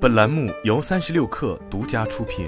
本栏目由36氪独家出品。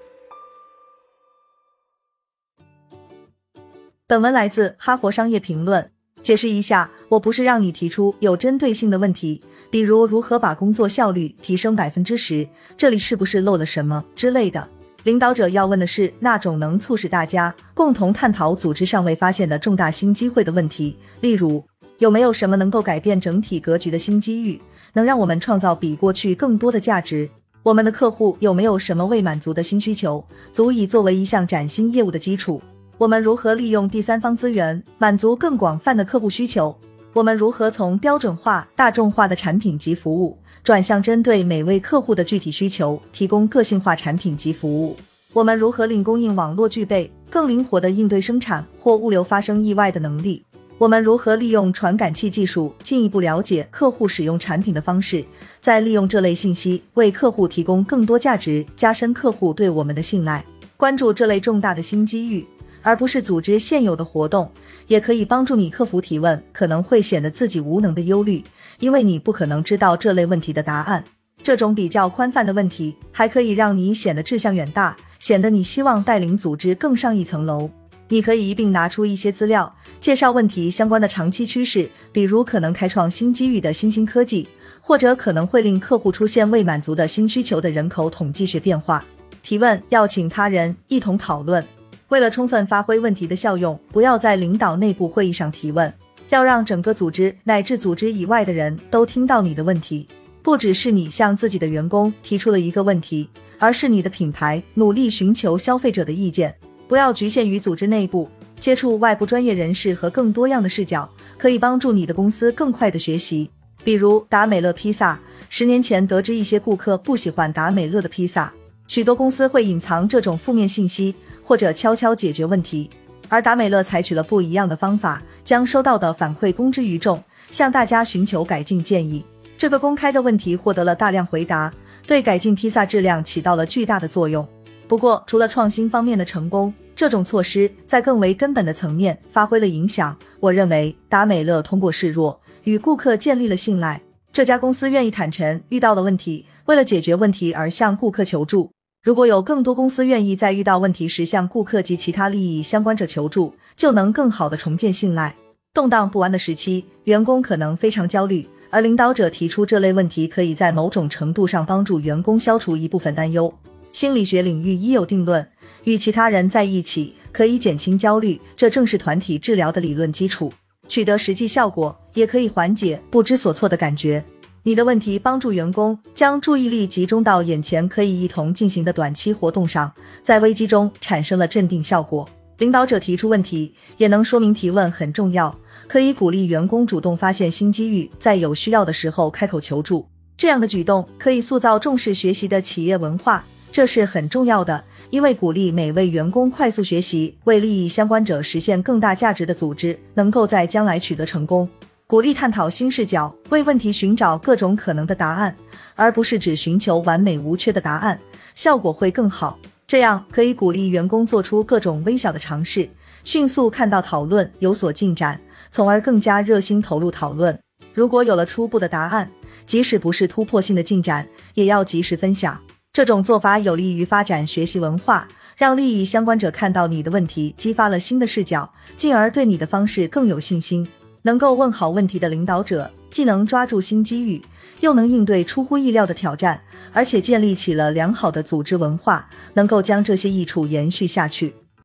本文来自哈佛商业评论。解释一下，我不是让你提出有针对性的问题，比如如何把工作效率提升 10%， 这里是不是漏了什么之类的。领导者要问的是那种能促使大家共同探讨组织尚未发现的重大新机会的问题，例如有没有什么能够改变整体格局的新机遇，能让我们创造比过去更多的价值？我们的客户有没有什么未满足的新需求，足以作为一项崭新业务的基础？我们如何利用第三方资源满足更广泛的客户需求？我们如何从标准化、大众化的产品及服务转向针对每位客户的具体需求提供个性化产品及服务？我们如何令供应网络具备更灵活的应对生产或物流发生意外的能力？我们如何利用传感器技术进一步了解客户使用产品的方式，再利用这类信息为客户提供更多价值，加深客户对我们的信赖？关注这类重大的新机遇，而不是组织现有的活动，也可以帮助你克服提问可能会显得自己无能的忧虑，因为你不可能知道这类问题的答案。这种比较宽泛的问题还可以让你显得志向远大，显得你希望带领组织更上一层楼。你可以一并拿出一些资料，介绍问题相关的长期趋势，比如可能开创新机遇的新兴科技，或者可能会令客户出现未满足的新需求的人口统计学变化。提问要请他人一同讨论。为了充分发挥问题的效用，不要在领导内部会议上提问，要让整个组织乃至组织以外的人都听到你的问题。不只是你向自己的员工提出了一个问题，而是你的品牌努力寻求消费者的意见。不要局限于组织内部，接触外部专业人士和更多样的视角，可以帮助你的公司更快的学习。比如达美乐披萨，10年前得知一些顾客不喜欢达美乐的披萨，许多公司会隐藏这种负面信息，或者悄悄解决问题，而达美乐采取了不一样的方法，将收到的反馈公之于众，向大家寻求改进建议。这个公开的问题获得了大量回答，对改进披萨质量起到了巨大的作用。不过除了创新方面的成功，这种措施在更为根本的层面发挥了影响。我认为达美乐通过示弱与顾客建立了信赖，这家公司愿意坦诚遇到了问题，为了解决问题而向顾客求助。如果有更多公司愿意在遇到问题时向顾客及其他利益相关者求助，就能更好地重建信赖。动荡不安的时期，员工可能非常焦虑，而领导者提出这类问题可以在某种程度上帮助员工消除一部分担忧。心理学领域已有定论，与其他人在一起可以减轻焦虑，这正是团体治疗的理论基础。取得实际效果，也可以缓解不知所措的感觉。你的问题帮助员工将注意力集中到眼前可以一同进行的短期活动上，在危机中产生了镇定效果。领导者提出问题，也能说明提问很重要，可以鼓励员工主动发现新机遇，在有需要的时候开口求助。这样的举动可以塑造重视学习的企业文化，这是很重要的，因为鼓励每位员工快速学习，为利益相关者实现更大价值的组织能够在将来取得成功。鼓励探讨新视角，为问题寻找各种可能的答案，而不是只寻求完美无缺的答案，效果会更好。这样可以鼓励员工做出各种微小的尝试，迅速看到讨论有所进展，从而更加热心投入讨论。如果有了初步的答案，即使不是突破性的进展，也要及时分享。这种做法有利于发展学习文化，让利益相关者看到你的问题激发了新的视角，进而对你的方式更有信心。能够问好问题的领导者，既能抓住新机遇，又能应对出乎意料的挑战，而且建立起了良好的组织文化，能够将这些益处延续下去。